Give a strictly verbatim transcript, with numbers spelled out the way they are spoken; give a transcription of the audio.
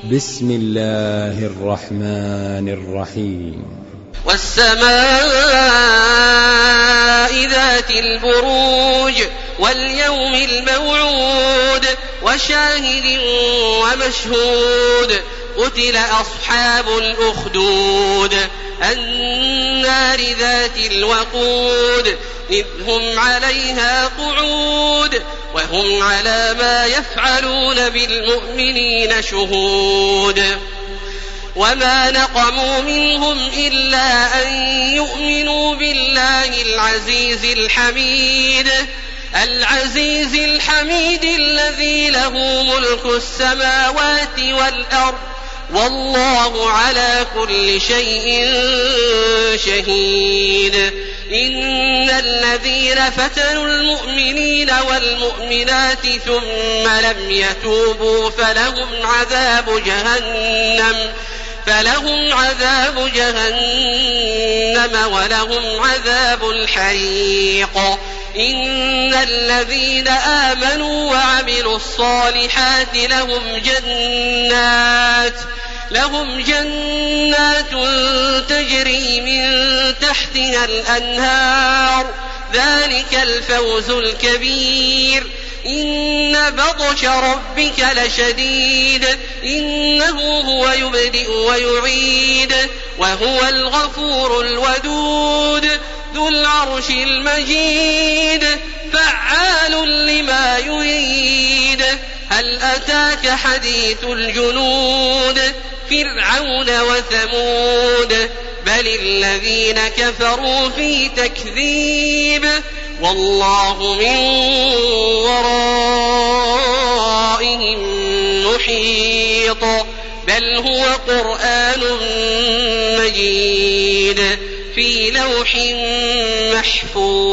بسم الله الرحمن الرحيم. والسماء ذات البروج واليوم الموعود وشاهد ومشهود قتل أصحاب الأخدود النار ذات الوقود إذ هم عليها قعود وهم على ما يفعلون بالمؤمنين شهود وما نقموا منهم إلا أن يؤمنوا بالله العزيز الحميد العزيز الحميد الذي له ملك السماوات والأرض والله على كل شيء شهيد. إن الذين فتنوا المؤمنين والمؤمنات ثم لم يتوبوا فلهم عذاب جهنم فلهم عذاب جهنم ولهم عذاب الحريق. إن الذين آمنوا وعملوا الصالحات لهم جنات لهم جنات تجري من تحتها الأنهار ذلك الفوز الكبير. إن بطش ربك لشديد إنه هو يبدئ ويعيد وهو الغفور الودود ذو العرش المجيد فعال لما يريد. هل أتاك حديث الجنود فرعون وثمود بل الذين كفروا في تكذيب والله من ورائهم محيط بل هو قرآن مجيد في لوح محفوظ.